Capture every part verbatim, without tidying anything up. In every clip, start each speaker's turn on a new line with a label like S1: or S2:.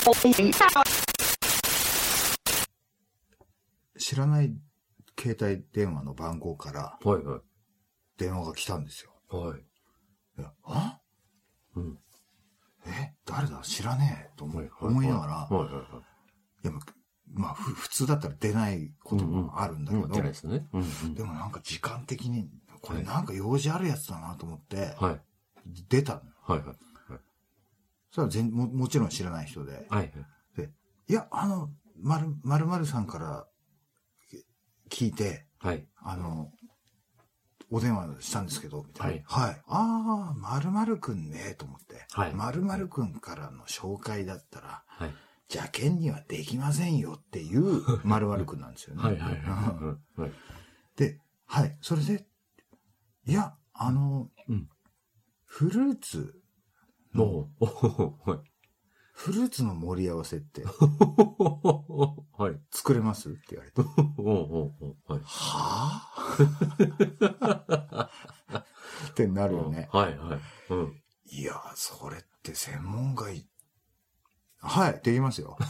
S1: 知らない携帯電話の番号から電話が来たんですよ。
S2: はい。
S1: いや、あ、
S2: うん、
S1: え、誰だ知らねえと思い、思いながら、はいはいはい、いや、まあ、ふ普通だったら出ないこともあるんだけど、うんうん、出ないですね、うんうん。でもなんか時間的に、これなんか用事あるやつだなと思って、はい、出たのよ。はいはいはい、それは全 も, もちろん知らない人で、はいはい、でいや、あの、まるまるさんから聞いて、はい、あの、お電話したんですけど、みたいな。はい。はい、ああ、〇〇くんね、と思って。はい。〇〇くんからの紹介だったら、はい。邪険にはできませんよっていう〇〇くんなんですよね。はいはいはいはい。で、はい。それで、いや、あの、うん、フルーツの、はい。フルーツの盛り合わせって、はい。作れますって言われて。はい、はぁってなるよね。はいはい。うん、いや、それって専門外。はい、できますよ。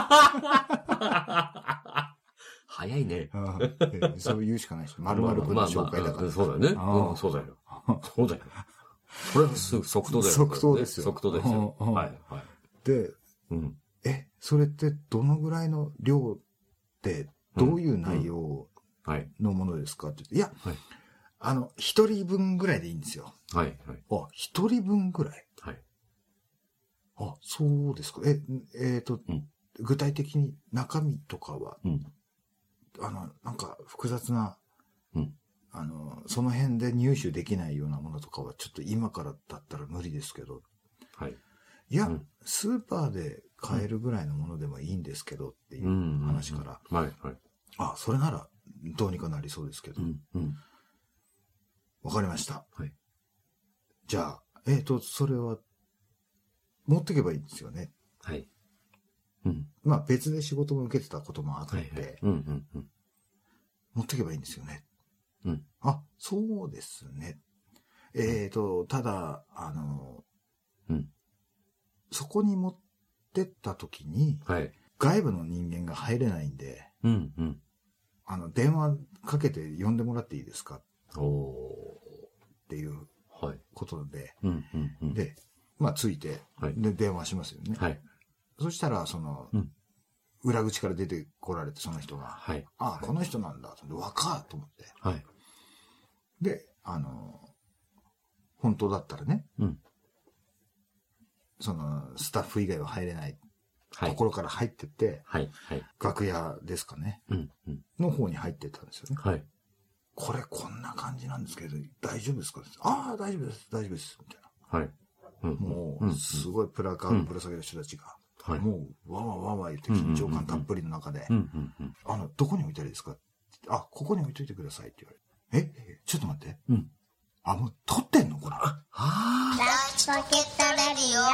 S2: 早いね。
S1: そう言うしかないし。〇〇くんの紹介だから。まあまあまあ、
S2: そうだね。うん、そうだよ。そうだよ。これは即答だよ。
S1: 即答ですよ。
S2: 即答ですよ。はいはい。
S1: で、うん、え、それってどのぐらいの量ってどういう内容のものですかって言って、いや、はい、あの、一人分ぐらいでいいんですよ。はいはい。あ、一人分ぐらい。はい。あ、そうですか。え、えっと、うん、具体的に中身とかは、うん、あの、なんか複雑な、うん、あの、その辺で入手できないようなものとかはちょっと今からだったら無理ですけど、はい。いや、うん、スーパーで買えるぐらいのものでもいいんですけどっていう話から、うんうんうん、はいはい。あ、それならどうにかなりそうですけど、うんうん、わかりました。はい。じゃあ、えっと、それは持ってけばいいんですよね。はい。うん。まあ別で仕事も受けてたこともあって、はいはい、うんうんうん、持ってけばいいんですよね。うん。あ、そうですね。えっと、ただ、あの、うん。そこに持ってった時に、はい、外部の人間が入れないんで、うんうん、あの、電話かけて呼んでもらっていいですかっていうことで、はいうんうんうん、で、まあ、ついて、はい、で、電話しますよね。はい、そしたら、その、うん、裏口から出てこられて、その人が、はい、ああ、この人なんだ、若いと思って、はい、で、あの、本当だったらね、うんその、スタッフ以外は入れないところから入ってって、はいはい、楽屋ですかね、うんうん、の方に入ってったんですよね。はい、これこんな感じなんですけど、大丈夫ですか？ああ、大丈夫です、大丈夫です、みたいな。はいうん、もう、すごいプラカードぶら下げる人たちが、うん、もう、わわわわ言って緊張感たっぷりの中で、あの、どこに置いたらいいですか？あ、ここに置いといてくださいって言われて。え、ちょっと待って。うんあ、もう撮ってんのこれ。はぁ。ラストケットレディオ。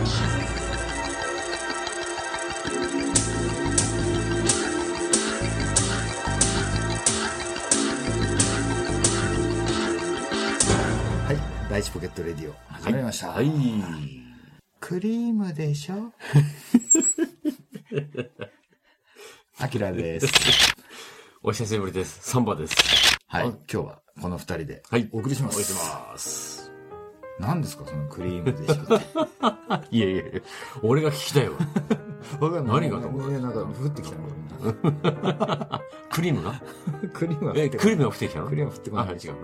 S1: はい。第一ポケットレディオ。始まりました。はい。クリームでしょアキラです。
S2: お久しぶりです。サンバです。
S1: はい。今日はこの二人でお送りします。
S2: お送りします。
S1: 何ですかそのクリームでしょって。
S2: いやいやいや、俺が聞きたいわ。何がと思う。
S1: なんか降ってきたの
S2: クリームが
S1: クリームが
S2: 降ってきた。クリームが降ってきたの
S1: クリームが降ってこない。
S2: あ、違う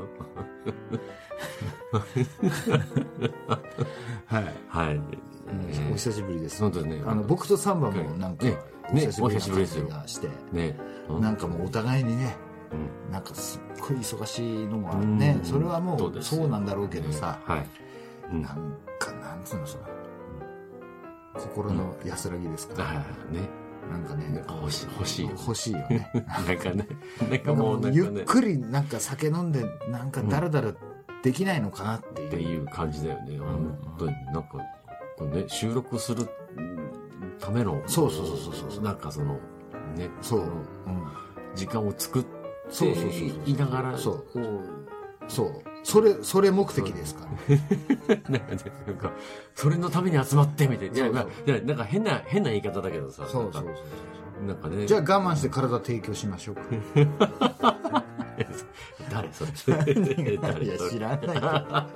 S1: のはい。はい。お久しぶりです。
S2: 本当ね。
S1: あの、僕とサンバもなんか、
S2: お久しぶりですよ。
S1: して、なんかもうお互いにね、うん、なんかすっごい忙しいのもあるね。それはもうそうなんだろうけどさ、はいうん、なんかなんつうのその、うん、心の安らぎですか、ねうん、ね。なんかね
S2: 欲しい欲しい
S1: 欲しいよね。
S2: なんかねなんかもうなんか、ね、
S1: ゆっくりなんか酒飲んでなんかだらだらできないのかなっていう、
S2: っていう感じだよね。うん、本当になんかこれね収録するための
S1: そうそうそうそうそう
S2: なんかそのね
S1: そう、
S2: うん、時間を作ってそうそうそうそう言いながらこう
S1: そう。それ、それ目的ですから。
S2: なんかね、なんか、それのために集まってみたいな。いや、まあ、いやなんか変な、変な言い方だけどさ。
S1: そうそうそう
S2: そう。なんかね。
S1: じゃあ我慢して体提供しましょうか。
S2: 誰それ
S1: 誰いや、知らないよ。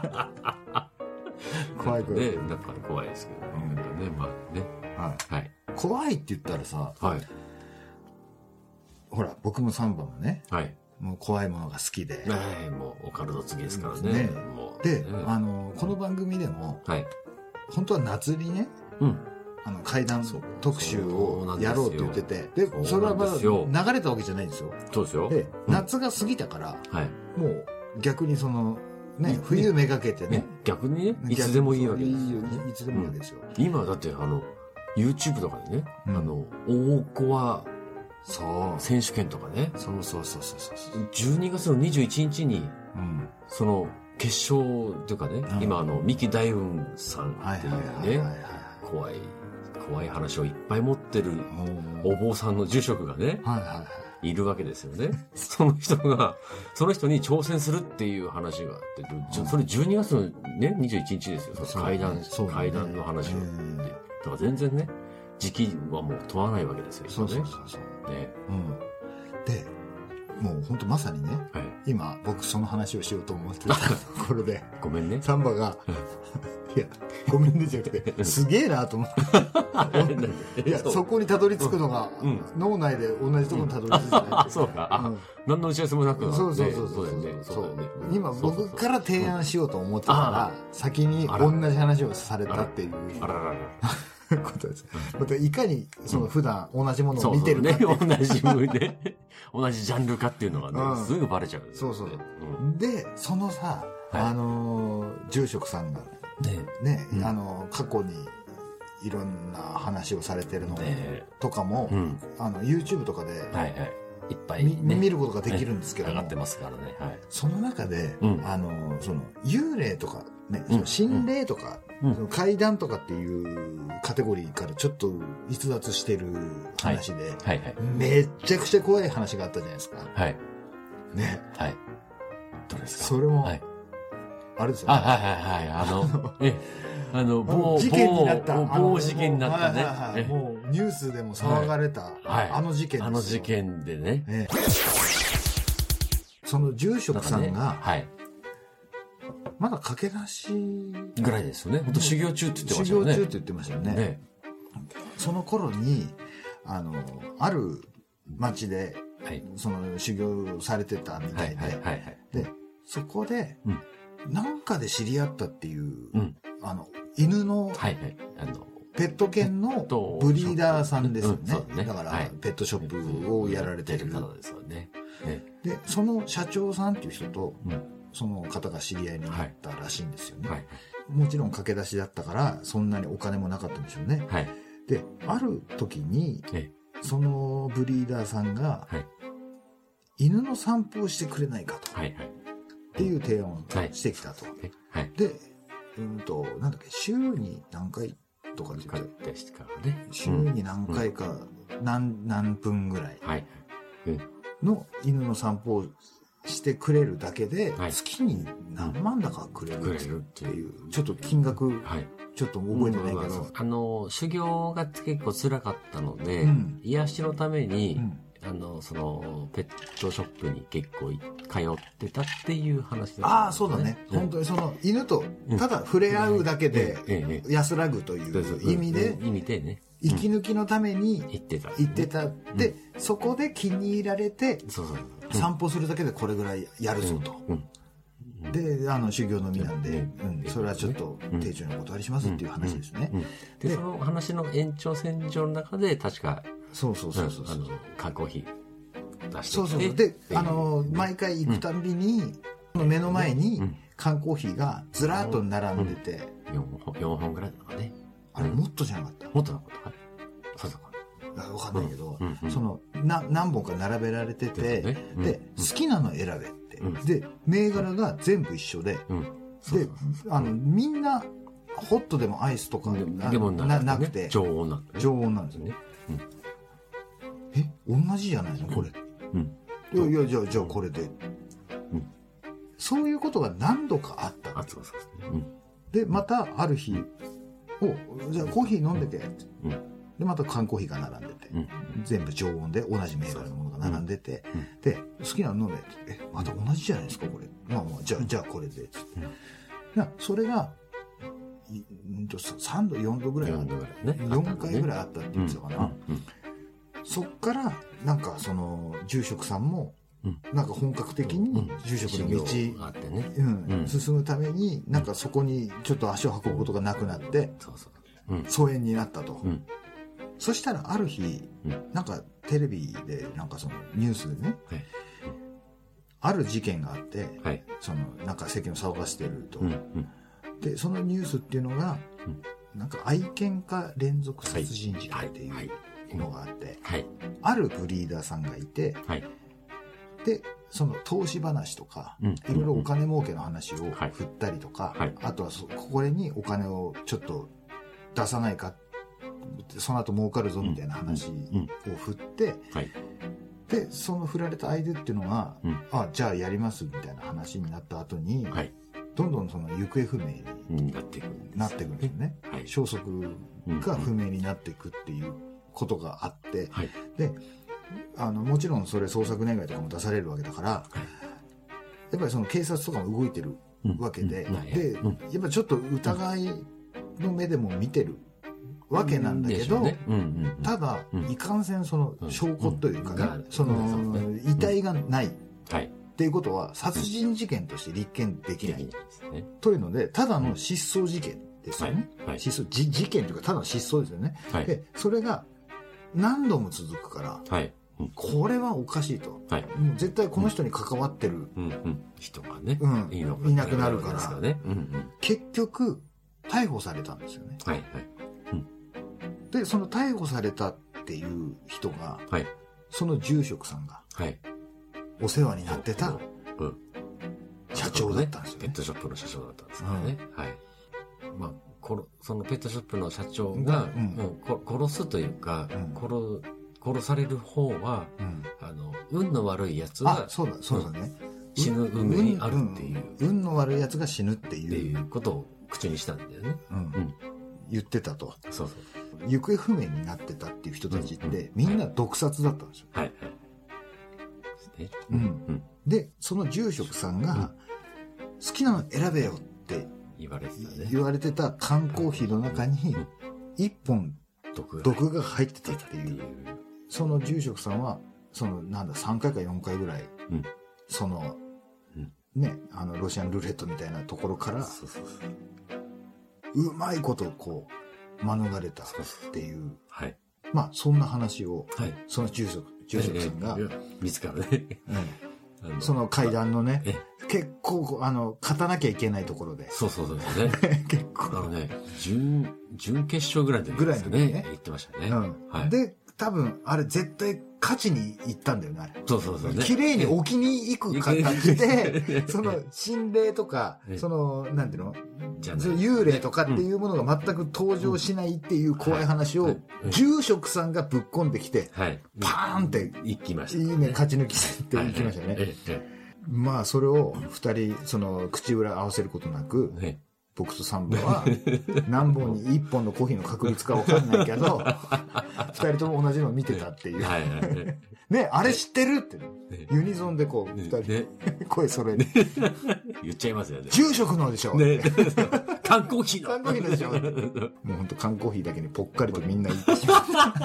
S1: 怖い怖い。
S2: ね、なんか怖いですけど。なんかね、まあね。
S1: はい。
S2: はい。
S1: 怖いって言ったらさ、
S2: はい。
S1: ほら、僕もサンバもね。
S2: はい。
S1: もう怖いものが好きで。
S2: はい、もうオカルト好きですからね。
S1: ね
S2: もう
S1: で、ね、あの、この番組でも、はい、本当は夏にね、うん、あの怪談特集をやろうって言ってて、で、それはまだ流れたわけじゃないんですよ。
S2: そうですよ。
S1: で、夏が過ぎたから、はい、もう逆にその、ね、冬めがけてね。
S2: 逆にね、いつでもいいわけですよ。
S1: いつでもいいわけですよ。
S2: 今だって、あの、YouTube とかでね、あの、大コア、そう。選手権とかね。
S1: そうそうそうそうそう。
S2: じゅうにがつのにじゅういちにちに、うん、その、決勝というかね、うん、今あの、三木大雲さんっていうね、怖い、怖い話をいっぱい持ってるお坊さんの住職がね、はいはいはい、いるわけですよね。その人が、その人に挑戦するっていう話があって、それじゅうにがつのね、にじゅういちにちですよ。その階段、階段の話をって。だから全然ね、時期はもう問わないわけですよ。
S1: そうそうそうそう。ね。うん。で、もう本当まさにね、はい、今僕その話をしようと思ってたところで、
S2: ごめんね。
S1: サンバが、いや、ごめんねじゃなくて、すげえなと思って。いや、そこにたどり着くのが、うん、脳内で同じところにたどり着いてない。
S2: あ、そうか。あ、何の打ち合わせもなく。
S1: そうそうそうそう。そう今僕から提案しようと思ってたら、先に同じ話をされたっていう。あららら。ことです。またいかにその普段同じものを見てるかって、
S2: うん、ね、同じ風で同じジャンルかっていうのがね、うん、すぐバレちゃう、ね、
S1: そうそう、うん、でそのさ、はい、あのー、住職さんがね、ね、うん、あのー、過去にいろんな話をされてるのとかも、ね、うん、あの YouTube とかで、はいはい、いっぱい、ね、見ることができるんですけども、
S2: 上がってますからね、はい、
S1: その中で、うん、あのー、その幽霊とかね、その心霊とか、うん、その怪談とかっていうカテゴリーからちょっと逸脱してる話で、はいはいはい、めっちゃくちゃ怖い話があったじゃないですか。はい。ね。はい。
S2: どうですか？
S1: それも、はい、あれですよね。
S2: あ、はいはいはい。あの、え、あの、某、
S1: 事件になった。
S2: 某事件になったね。はいはいはい、
S1: もうニュースでも騒がれた、はい、あの事件ですよ。
S2: あの事件でね。ね、
S1: その住職さんが、ね、はい。まだ駆け出し
S2: ぐらいですよね。本当修行中って言ってましたよね。
S1: 修行中って言ってましたよね。ね、その頃に、あの、ある町で、はい、その修行されてたみたいで、はいはいはいはい、で、そこで、うん、なんかで知り合ったっていう、うん、あの、犬の、はいはい、あの、ペット犬のブリーダーさんですよね。うん、ねだから、はい、ペットショップをやられてる
S2: 方ですよね。ね
S1: で、その社長さんっていう人と、うんその方が知り合いになったらしいんですよね、はいはい、もちろん駆け出しだったからそんなにお金もなかったんでしょうね、はい、である時にそのブリーダーさんが、はい、犬の散歩をしてくれないかと、はいはい、っていう提案をしてきたと、はいはい、で、うんとなんだっけ週に何回とかって言って、ね、週に何回か、うん、何, 何分ぐらいの犬の散歩をしてくれるだけで、はい、月に何万だかくれるっていう、ちょっと金額、はい、ちょっと覚えてないけど、うん、
S2: あの修行が結構辛かったので、うん、癒しのために、うん、あのそのペットショップに結構通ってたっていう話ですね。
S1: ああそうだね、うん、本当にその犬とただ触れ合うだけで安らぐという意味で、
S2: 意味でね
S1: 息抜きのために
S2: 行ってた、
S1: 行ってたで、そこで気に入られてそうそう散歩するだけでこれぐらいやるぞと、うんうん、であの修行の身なんで、うんうん、それはちょっと丁重なことありしますっていう話ですね、
S2: うんうんうん、で, でその話の延長線上の中で確か
S1: そうそうそうそう
S2: あの缶コーヒー出して
S1: そうそうそうであの毎回行くたんびに、うん、目の前に缶コーヒーがずらっと並んでて、
S2: うん、よんほん、よんほんぐらいとかね
S1: あれもっとじゃなかった、
S2: もっとなかったかそうそうか
S1: 分かんないけど、うんうんうん、そのな何本か並べられてて、ねうん、で好きなの選べって、うん、で銘柄が全部一緒で、うん、であのみんなホットでもアイスとか
S2: でも な,
S1: なくて
S2: 常温なん
S1: です、ね、常温なんですよね、うん、え同じじゃないのこれ、うん、いやいやじゃあじゃあこれで、うん、 そういうことが何度かあった。
S2: あ、そうそうそう、うん。
S1: で、またある日、お、じゃあコーヒー飲んでて、うん、で、また缶コーヒーが並んでて、うん、全部常温で同じ銘柄のものが並んでて、うん、で、好きなの飲めって、え、また同じじゃないですか、これ。まあまあ、じゃあ、じゃあこれで、つって。うん、それが、さんど、よんどぐらいあった、ね、よんかいぐらいあったって言ってたかな。うんうん、そっから、なんかその、住職さんも、なんか本格的に住職の道、進むために、なんかそこにちょっと足を運ぶことがなくなって、疎遠になったと。そしたらある日、なんかテレビで、なんかそのニュースでね、ある事件があって、そのなんか世間を騒がしてると。で、そのニュースっていうのが、なんか愛犬家連続殺人事件っていうのがあって、あるブリーダーさんがいて、で、その投資話とか、うん、いろいろお金儲けの話を振ったりとか、はい、あとはそこれにお金をちょっと出さないか、その後儲かるぞみたいな話を振って、うんはい、で、その振られた相手っていうのが、うん、あ、じゃあやりますみたいな話になった後に、はい、どんどんその行方不明になっていくんですよね。はい、消息が不明になっていくっていうことがあって、はい、で、あのもちろんそれ捜索願いとかも出されるわけだから、はい、やっぱりその警察とかも動いてるわけで、うんうん、で、うん、やっぱりちょっと疑いの目でも見てるわけなんだけど、ねうんうんうん、ただ、うん、いかんせんその証拠というかね、うん、その遺体がない、うんはい、っていうことは殺人事件として立件できない、うん、というのでただの失踪事件ですよね、はいはい、失踪じ事件というかただの失踪ですよね、はい、でそれが何度も続くから、はいうん、これはおかしいと、はい、もう絶対この人に関わってる、うんうん、
S2: 人がね、
S1: うん、い, い, のいなくなるから、ねうんうん、結局逮捕されたんですよね、はいはいうん、でその逮捕されたっていう人が、はい、その住職さんが、はい、お世話になってた、うん、社長だったんですよね。
S2: ペットショップの社長だったんですからね、うん、はいまあそのペットショップの社長が、うんうん、殺すというか、うん、殺, 殺される方は、うん、あの運の悪いやつが
S1: そうだそうだね、
S2: うん、死ぬ運命にあるっていう、
S1: うん、運の悪いやつが死ぬっていう、
S2: っていうことを口にしたんだよね、うんうん、
S1: 言ってたと。
S2: そうそう
S1: 行方不明になってたっていう人たちって、うんうん、みんな毒殺だったんですよ。はいはい。で、うんうん、でその住職さんが、うん、好きなの選べよって
S2: 言われてたね。
S1: 言われてた缶コーヒーの中に一本毒が入ってたっていう。その住職さんはそのなんださんかいかよんかいぐらい、うん、その、うん、ねあのロシアンルーレットみたいなところからそうそうそううまいことこう免れたっていう。はい。まあそんな話を、はい、その住職住職さんが、ええ、
S2: 自らね。
S1: うん、その階段のね、結構、あの、勝たなきゃいけないところで。
S2: そうそうそうですね。結構。あのね、準、準決勝ぐらいで、ね、
S1: ぐらいでね。
S2: 言ってましたね。
S1: うんはい、で、多分、あれ絶対勝ちに行ったんだよね、あれ。
S2: そうそうそう、ね。
S1: 綺麗に置きに行く形で、その心霊とか、その、なんていうのその幽霊とかっていうものが全く登場しないっていう怖い話を、住職さんがぶっ込んできて、はい、パーンって、
S2: 行きました。
S1: いいね、勝ち抜きって行きましたね。まあ、それを二人、その、口裏合わせることなく、僕とサンボは何本に一本のコーヒーの確率か分かんないけど二人とも同じのを見てたっていうはい、はい、ねあれ知ってるって、ね、ユニゾンでこう二人、ね、声揃えて
S2: 言っちゃいますよね
S1: 住職のでしょ、
S2: ね、缶コーヒーの
S1: 缶コーヒーのでしょもう本当缶コーヒーだけにぽっかりとみんな言ってしま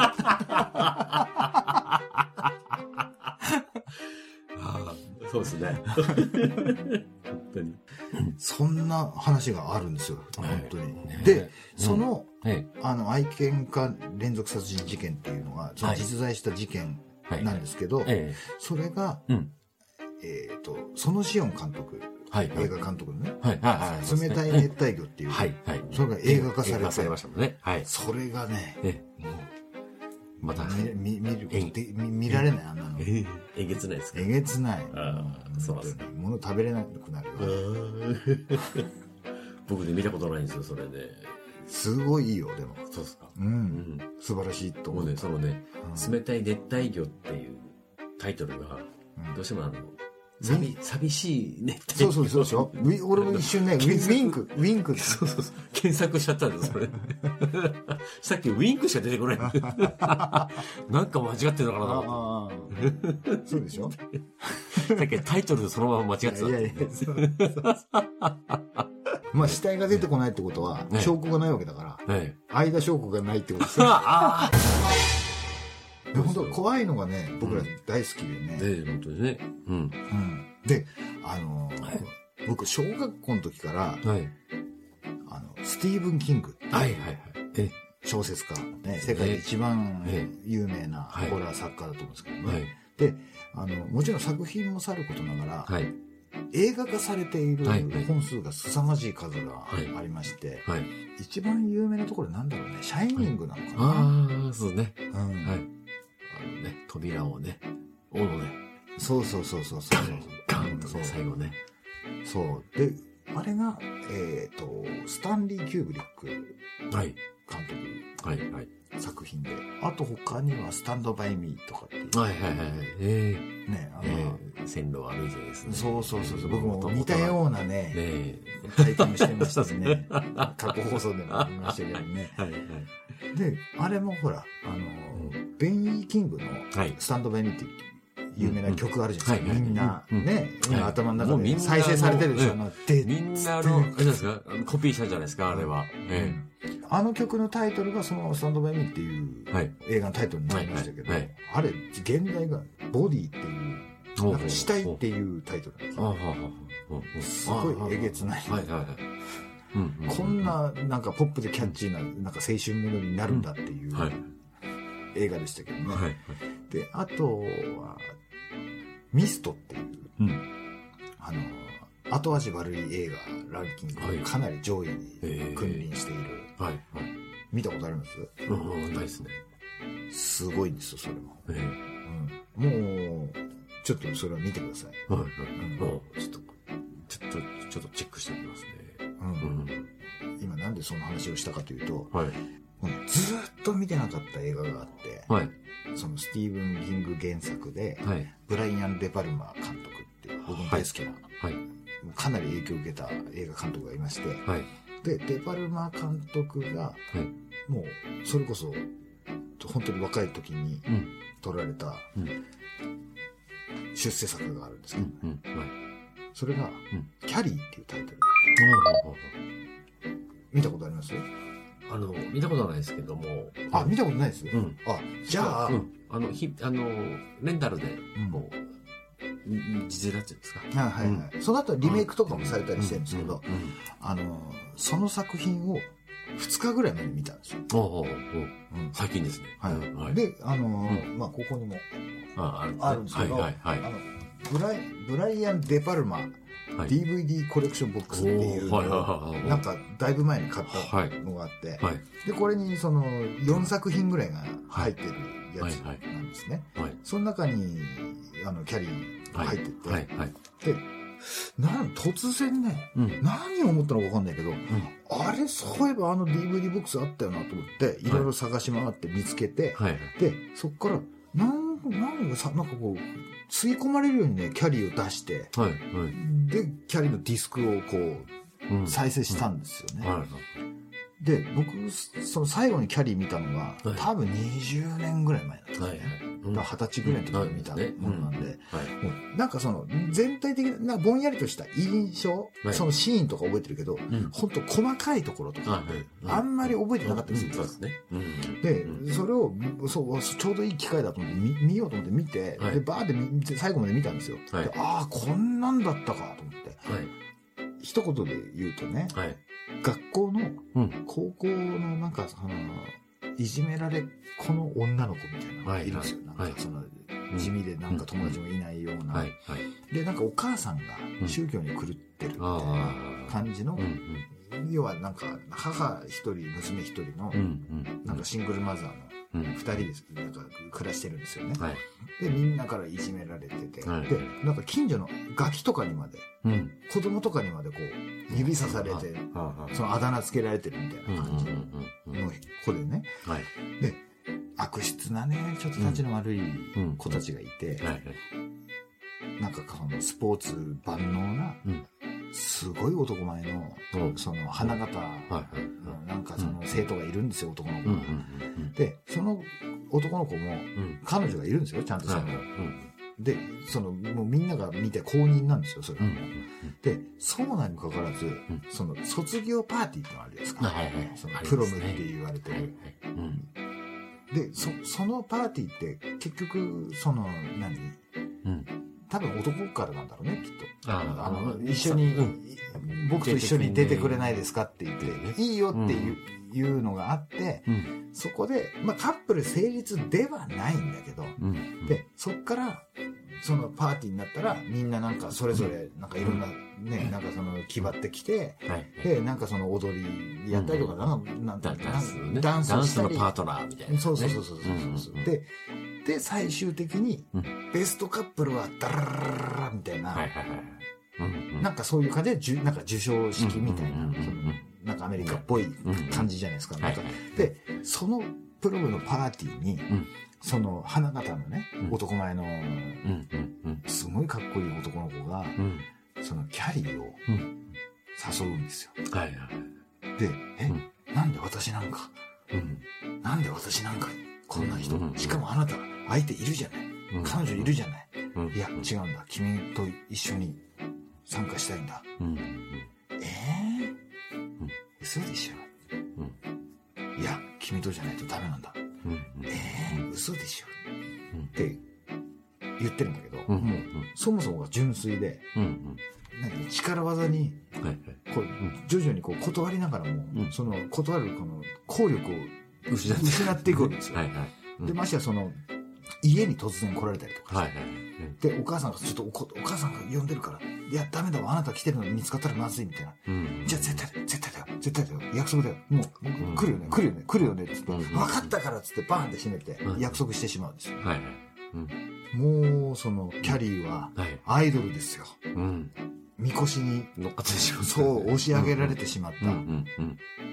S1: う
S2: そうですね本当に
S1: そんな話があるんですよ本当に、ね、で、うん、その、うん、あの愛犬家連続殺人事件っていうのがその実在した事件なんですけど、はいはいはい、それが、うん、えっとそのシオン監督、はいはい、映画監督のね、はいはいはい、冷たい熱帯魚っていう、はいはい、それが映画化されて、映画されましたもんね、はい、それがね、ええ、もうまた見, 見る見, 見られないあんなの
S2: ええげつないですか
S1: えげつない
S2: あそうですね
S1: 物食べれなくなる
S2: 僕で見たことないんですよそれで、ね、
S1: すごいいいよでも
S2: そうですか
S1: うん、うん、素晴らしいと思う
S2: もうねそのね、うん、冷たい熱帯魚っていうタイトルが、うん、どうしてもあの寂寂しいね。
S1: そうそうそうそう。俺も一瞬ね、ウィンク、ウィンク。
S2: そうそうそう。検索しちゃったんです、それ。さっきウィンクしか出てこない。なんか間違ってるのかなと思
S1: って。そうでしょ
S2: さっきタイトルでそのまま間違ってた。いやいや、そう
S1: まあ死体が出てこないってことは、証拠がないわけだから、間証拠がないってことですよ。ああ本当怖いのがね、僕ら大好きでね。
S2: ええ、本当にね。うん。うん。
S1: で、あの、僕、小学校の時から、はい、あの、スティーブン・キングっていう、はいはいはい、小説家、ね、世界で一番有名なホラー作家だと思うんですけどね。はい、で、あの、もちろん作品もさることながら、はい、映画化されている本数が凄まじい数がありまして、はいはい、一番有名なところなんだろうね、シャイニングなのかな。はい、
S2: ああ、そうね。うん。はい。あのね、扉をね、斧ね。
S1: そうそうそうそうそう。
S2: ガン、ガンとね、最後ね。
S1: そう。で、あれが、えっと、スタンリー・キューブリック監督、はいはいはい、作品で、あと他にはスタンド・バイ・ミーとかっていう。
S2: はいはいはい。え
S1: ー、ね、あの、
S2: えー、線路を歩いてですね。
S1: そうそうそうそう。僕も似たようなね、ね体験してましたね。過去放送でも言いましたけどね。はいはい。で、あれもほら、あの、うん、ベン・イー・キングのスタンド・バイ・ミーっていう有名な曲あるじゃないですか。みんな、ね、今頭の中で再生されてるでしょ。
S2: みんなの、あれですか、コピーしたんじゃないですか、あれは。
S1: あの曲のタイトルがそのスタンド・バイ・ミーっていう映画のタイトルになりましたけど、あれ、現代がボディっていう、なんか死体っていうタイトルなんですよ。すごいえげつない。こんな、なんかポップでキャッチーな、なんか青春ものになるんだっていう映画でしたけどね。で、あとは、ミストっていう、うん、あの、後味悪い映画ランキング、はい、かなり上位に君臨している。えー、はいはい、見たことあります？
S2: うん、ないですね。
S1: すごいんですよ、それも。えーうん、もう、ちょっとそれは見てください。はいはい
S2: うん、ちょっと、ちょっと、ちょっとチェックしてみますね。うん
S1: うん、今なんでその話をしたかというと、はい、ずーっと見てなかった映画があって、はい、そのスティーブン・キング原作で、はい、ブライアン・デ・パルマ監督っていう僕の大好きな、はい、かなり影響を受けた映画監督がいまして、はい、でデ・パルマ監督が、はい、もうそれこそ本当に若い時に撮られた出世作があるんですけど、ねうんうんはい、それが、うん、キャリーっていうタイトル、うん、見たことあります？
S2: あの、見たことはないですけども。
S1: あ、見たことないですよ。うん。あ、じゃあ、うん、
S2: あの、ひ、あの、レンタルで、こう、うん、実演っていうんですか。
S1: はいはいはい。うん、その後リメイクとかもされたりしてるんですけど、あの、その作品をふつかぐらい前に見たんですよ。おうおうおう、うん、
S2: 最近ですね。
S1: はい。はい、で、あの、うん、まあ、ここにもあるんですけど、はいはいはい。あの、ブライ、ブライアン・デ・パルマ、はい、ディーブイディー コレクションボックスっていうのをなんかだいぶ前に買ったのがあって、はいはい、でこれにそのよんさく品ぐらいが入ってるやつなんですね、はいはいはい、その中にあのキャリーが入ってて、はいはいはい、でなん突然ね、うん、何を思ったのか分かんないけど、うん、あれそういえばあの ディーブイディー ボックスあったよなと思っていろいろ探し回って見つけて、はい、でそっからなんなんかさなんかこう吸い込まれるようにねキャリーを出して、はいはい、でキャリーのディスクをこう、うん、再生したんですよね、うんはいはい、で僕その最後にキャリー見たのが、はい、多分にじゅうねんぐらい前なんですね、はいはいうん、だからはたちぐらいの時に見たものなんで、うんはい、もうなんかその全体的なぼんやりとした印象、はい、そのシーンとか覚えてるけど、うん、本当細かいところとかって、はい、あんまり覚えてなかったりするんですよ、うんうん、で、うん、それをそうちょうどいい機会だと思って 見, 見ようと思って見て、はい、でバーって最後まで見たんですよ、はい、でああこんなんだったかと思って、はい、一言で言うとね、はい、学校の、うん、高校のなんかそのいじめられこの女の子みたいなのがいるんですよ、はい、なんかその、はい、地味でなんか友達もいないような、うんはいはい、でなんかお母さんが宗教に狂ってるみたいな感じの、うんうん、要はなんか母一人娘一人の、うん、なんかシングルマザーの二人でなんか暮らしてるんですよね、はい、でみんなからいじめられてて、はい、でなんか近所のガキとかにまで、うん、子供とかにまでこう指さされて、うん、そのあだ名つけられてるみたいな感じの子でね、はい、で悪質なねちょっとたちの悪い子たちがいて、うんはい、 なんかそのスポーツ万能な、すごい男前の、その花形のなんかその生徒がいるんですよ、男の子が。で、その男の子も彼女がいるんですよ、ちゃんとその。で、その、もうみんなが見て公認なんですよ、それはもう。で、そうなにもかかわらず、その卒業パーティーってのあるじゃないですか。そのプロムって言われてる。で、そ、そのパーティーって結局、その、何、うん、多分男からなんだろうね、きっと。ああの、一緒に、うん、僕と一緒に出てくれないですかって言って、いいよっていう、うん、いうのがあって、うん、そこで、まあカップル成立ではないんだけど、うん、で、そっから、そのパーティーになったら、みんななんかそれぞれ、なんかいろんな、ね、なんかその、気張ってきて、で、なんかその踊りやったりとか、なんか、なんか、ダンスね。ダンスしたり。ダンスのパートナーみたいな。そうそうそうそうそう。で、で、最終的に、ベストカップルは、ダラララララみたいな、なんかそういう感じで、じゅなんか授賞式みたいな、なんかアメリカっぽい感じじゃないですか。なんかで、そのプロムのパーティーに、その花形のね、男前の、すごいかっこいい男の子が、そのキャリーを誘うんですよ。で、え、なんで私なんか、なんで私なんかにこんな人、しかもあなた相手いるじゃない。彼女いるじゃない。いや、違うんだ。君と一緒に参加したいんだ。えー、嘘でしょ。いや、君とじゃないとダメなんだ。えー、嘘でしょ。って言ってるんだけど、もうそもそもが純粋で、なんか力技にこう徐々にこう断りながらも、その断るこの効力を失っていくわけですよ。で、ましてやその家に突然来られたりとかして、で、お母さんがちょっとお、お母さんが呼んでるから、いや、ダメだわ、あなた来てるのに見つかったらまずいみたいな。じゃあ絶対だよ、絶対だよ、絶対だよ、約束だよ。もう、来るよね、来るよね、来るよね、つって、分かったからっつってバーンって閉めて、約束してしまうんですよ。もう、その、キャリーは、アイドルですよ。みこしに乗っかってしまった。そう、押し上げられてしまった、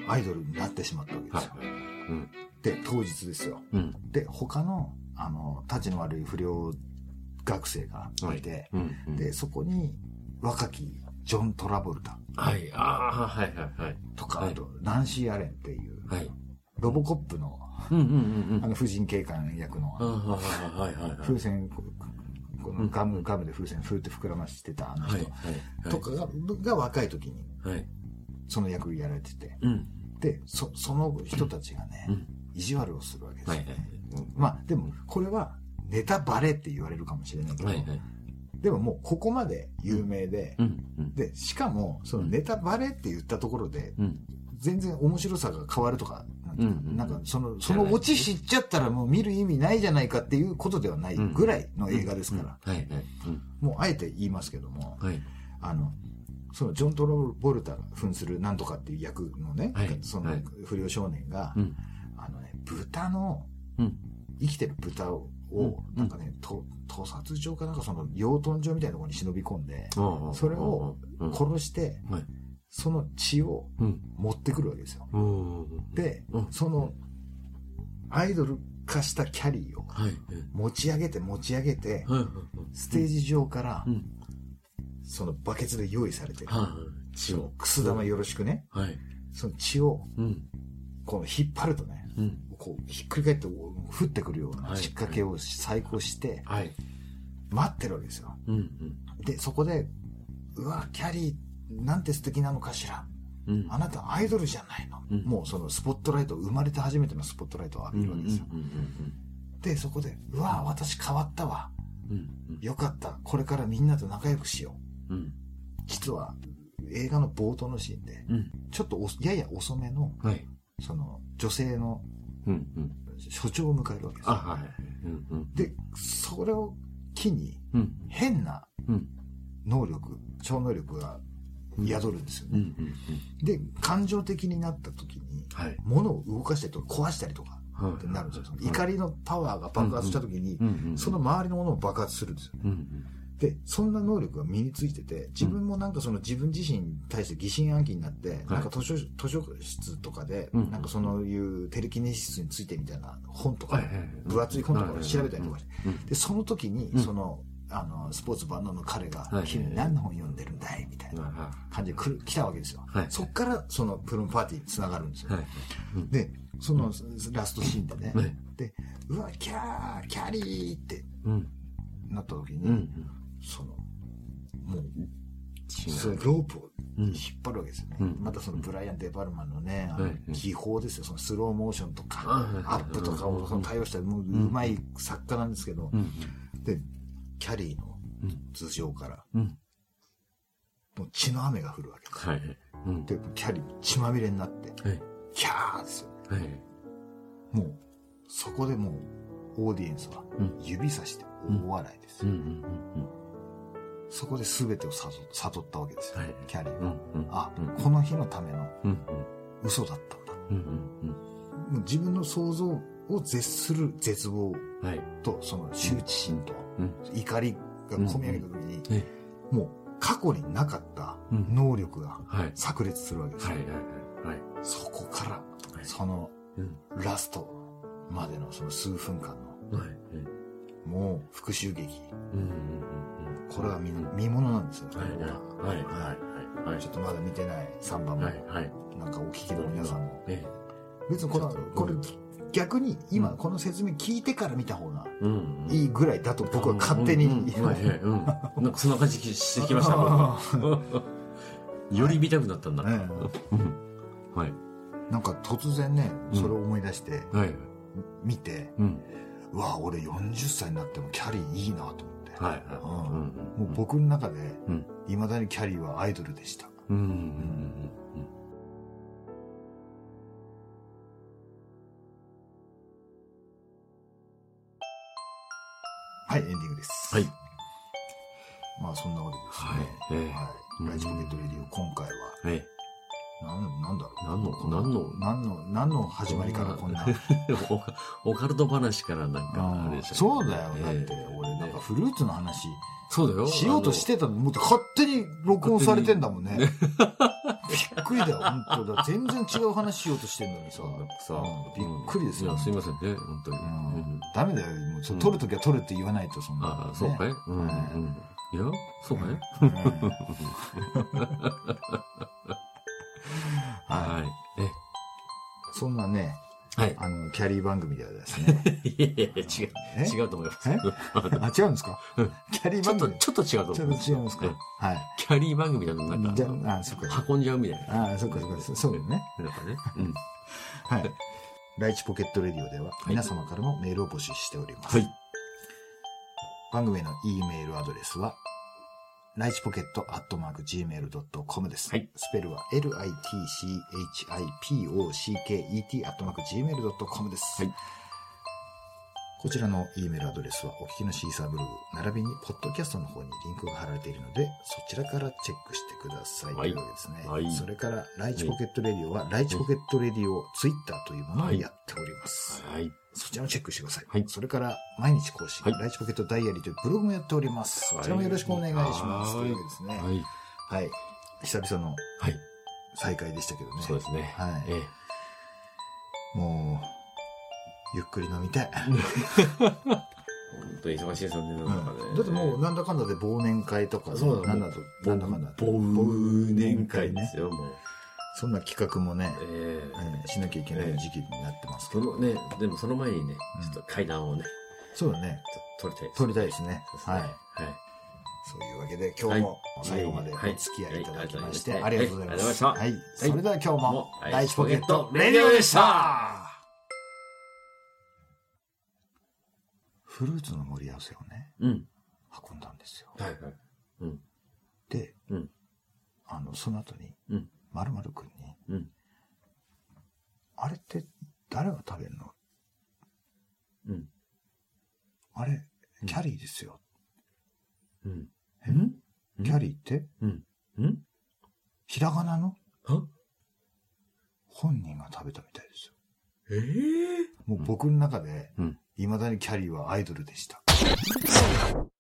S1: アイドルになってしまったわけですよ。で、当日ですよ。で、他の、あの、たちの悪い不良学生がいて、で、そこに若きジョン・トラボルタ。はい、ああ、はいはいはい。とか、あと、ナンシー・アレンっていう、ロボコップの、あの、婦人警官役の、風船、このガム、ガムで風船ふーって膨らましてたあの人とかが、が若い時に、その役やられてて、で、そ、その人たちがね、意地悪をするわけですよね。まあ、でも、これは、ネタバレって言われるかもしれないけど、でももう、ここまで有名で、で、しかも、そのネタバレって言ったところで、全然面白さが変わるとか、なんか、その、そのオチ知っちゃったらもう見る意味ないじゃないかっていうことではないぐらいの映画ですから、もう、あえて言いますけども、あの、そのジョン・トラボルタが扮するなんとかっていう役のね、その不良少年が、あのね、豚の、生きてる豚を、なんかね、と、屠殺場かなんかその養豚場みたいなところに忍び込んで、それを殺して、その血を持ってくるわけですよ。で、その、アイドル化したキャリーを持ち上げて持ち上げて、ステージ上から、そのバケツで用意されてる血を、くす玉よろしくね、その血を、こう引っ張るとね、こうひっくり返って降ってくるような仕掛けを再興して、待ってるわけですよ。で、そこで、うわ、キャリー、なんて素敵なのかしら。あなたアイドルじゃないの。もうそのスポットライト、生まれて初めてのスポットライトを浴びるわけですよ。で、そこで、うわ、私変わったわ。よかった。これからみんなと仲良くしよう。実は、映画の冒頭のシーンで、ちょっとやや遅めの、その女性の所長を迎えるわけですよ。で、それを機に、変な能力、超能力が宿るんですよね。で、感情的になった時に、物を動かしたりとか壊したりとかってなるんですよ。怒りのパワーが爆発した時に、その周りのものを爆発するんですよ。で、そんな能力が身についてて、自分もなんかその自分自身に対して疑心暗鬼になって、なんか図書、図書室とかで、なんかそのいうテレキネシスについてみたいな本とか、分厚い本とかを調べたりとかして、で、その時に、その、 あの、スポーツ万能の彼が、はい、君何の本読んでるんだいみたいな感じで来る、来たわけですよ。はい、そっから、その、プロムパーティーに繋がるんですよ。はいうん、で、その、ラストシーンでね、はい、で、うわ、キャー、キャリーって、なった時に、うん、その、もう、そのロープを引っ張るわけですよね。うん、またそのブライアン・デ・パルマンのね、あの技法ですよ。そのスローモーションとか、アップとかをその対応したもううまい作家なんですけど、で、キャリーの頭上から、もう血の雨が降るわけです。はいうん、で、キャリー血まみれになって、はい、キャーですよね、はい。もう、そこでもう、オーディエンスは指さして大笑いですよ。そこで全てを悟ったわけですよ、はい、キャリーは。うんうん、あ、うん、この日のための嘘だったんだ。うんうんうん、もう自分の想像を絶する絶望と、その羞恥心と怒りが込み上げた時に、うんうん、もう過去になかった能力が炸裂するわけですよ。そこから、そのラストまでのその数分間の、はいもう復讐劇、うんうんうん、これは見、見物なんですよ、はいはいはいはい、ちょっとまだ見てないさんばんも、はいはい、なんかお聞きの皆さんも、ええ、別にこのこれ逆に今この説明聞いてから見た方がいいぐらいだと僕は勝手に
S2: なんかそんな感じしてきましたより見たくなったんだ、ね
S1: はい、なんか突然ねそれを思い出して、うんはい、見て、うんうわ俺よんじゅっさいになってもキャリーいいなと思って、はいはいうんうん、もう僕の中でいまだにキャリーはアイドルでした、うんうんうんうん、はいエンディングです、はい、まあそんなわけですね、はいはい、ライチポケットレディオ今回は、はいなんなんだろう
S2: 何の何の
S1: 何の何の始まりからこんな
S2: オカルト話からなんかあれでしょ、
S1: そうだよ、えー、だって俺なんかフルーツの話そうだよしようとしてたのもう勝手に録音されてんだもんねびっくりだよ本当だ全然違う話しようとしてんのにささ、うん、びっくりですよ、
S2: うん、いやすいませんね本当に、うん、
S1: ダメだよもうそ、うん、撮るときは撮るって言わないとそんな、ね、
S2: あそうかい、うんうん、いやそうかい、
S1: はい。え、そんなね、はい。あの、キャリー番組ではですね。
S2: いやいやいや、違う。違うと思います。
S1: えあ、違うんですかキャリー番組
S2: ちょっと、ちょっと違うと思います。
S1: ちょっと違いますかはい。
S2: キャリー番組だとなんか、じゃあ、そっか。運んじゃうみたいな。
S1: ああ、そっかそっか。そうだよね。なんかね。うん。はい。ライチポケットレディオでは皆様からのメールを募集しております。はい。番組への E メールアドレスは、ライチポケットアットマーク ジーメールドットコム です。はい。スペルは エルアイティーシーエイチアイピーオーシーケーイーティー アットマーク ジーメールドットコム です。はい。こちらの E メールアドレスはお聞きのシーサーブログ、並びにポッドキャストの方にリンクが貼られているので、そちらからチェックしてください。はい。というわけですね。はい。それから、ライチポケットレディオは、ライチポケットレディオツイッターというものをやっております。はい。はいそちらもチェックしてください。はい。それから、毎日更新、はい、ライチポケットダイアリーというブログもやっております。こちらもよろしくお願いします。というわけですね。はい。はい。久々の再会でしたけどね。
S2: そうですね。はい。え
S1: え、もう、ゆっくり飲みたい。
S2: 本当に忙しいですよね、なんかね、
S1: うん。だってもう、なんだかんだで忘年会とか、そうなんだと、なんだかんだ。
S2: 忘年会ですよ、もう。
S1: そんな企画もね、えーえー、しなきゃいけない時期になってますけど、
S2: えー、そのね、でもその前にね、ちょっと階段をね、
S1: そうだね、
S2: 撮りたいですね。
S1: 撮りたいですね。はい。はい。そういうわけで、今日も最後までお付き合いいただきまして、ありがとうございます。はい。それでは今日も、ライチポケットレディオでした。フルーツの盛り合わせをね、うん、運んだんですよ。はいはい。うん、で、うん、あの、その後に、うん〇〇くんに、うん、あれって誰が食べるの、うん、あれ、キャリーですよ。うん、え、うん、キャリーって、うんうん、ひらがなの本人が食べたみたいですよ。えー、もう僕の中で、いまだにキャリーはアイドルでした。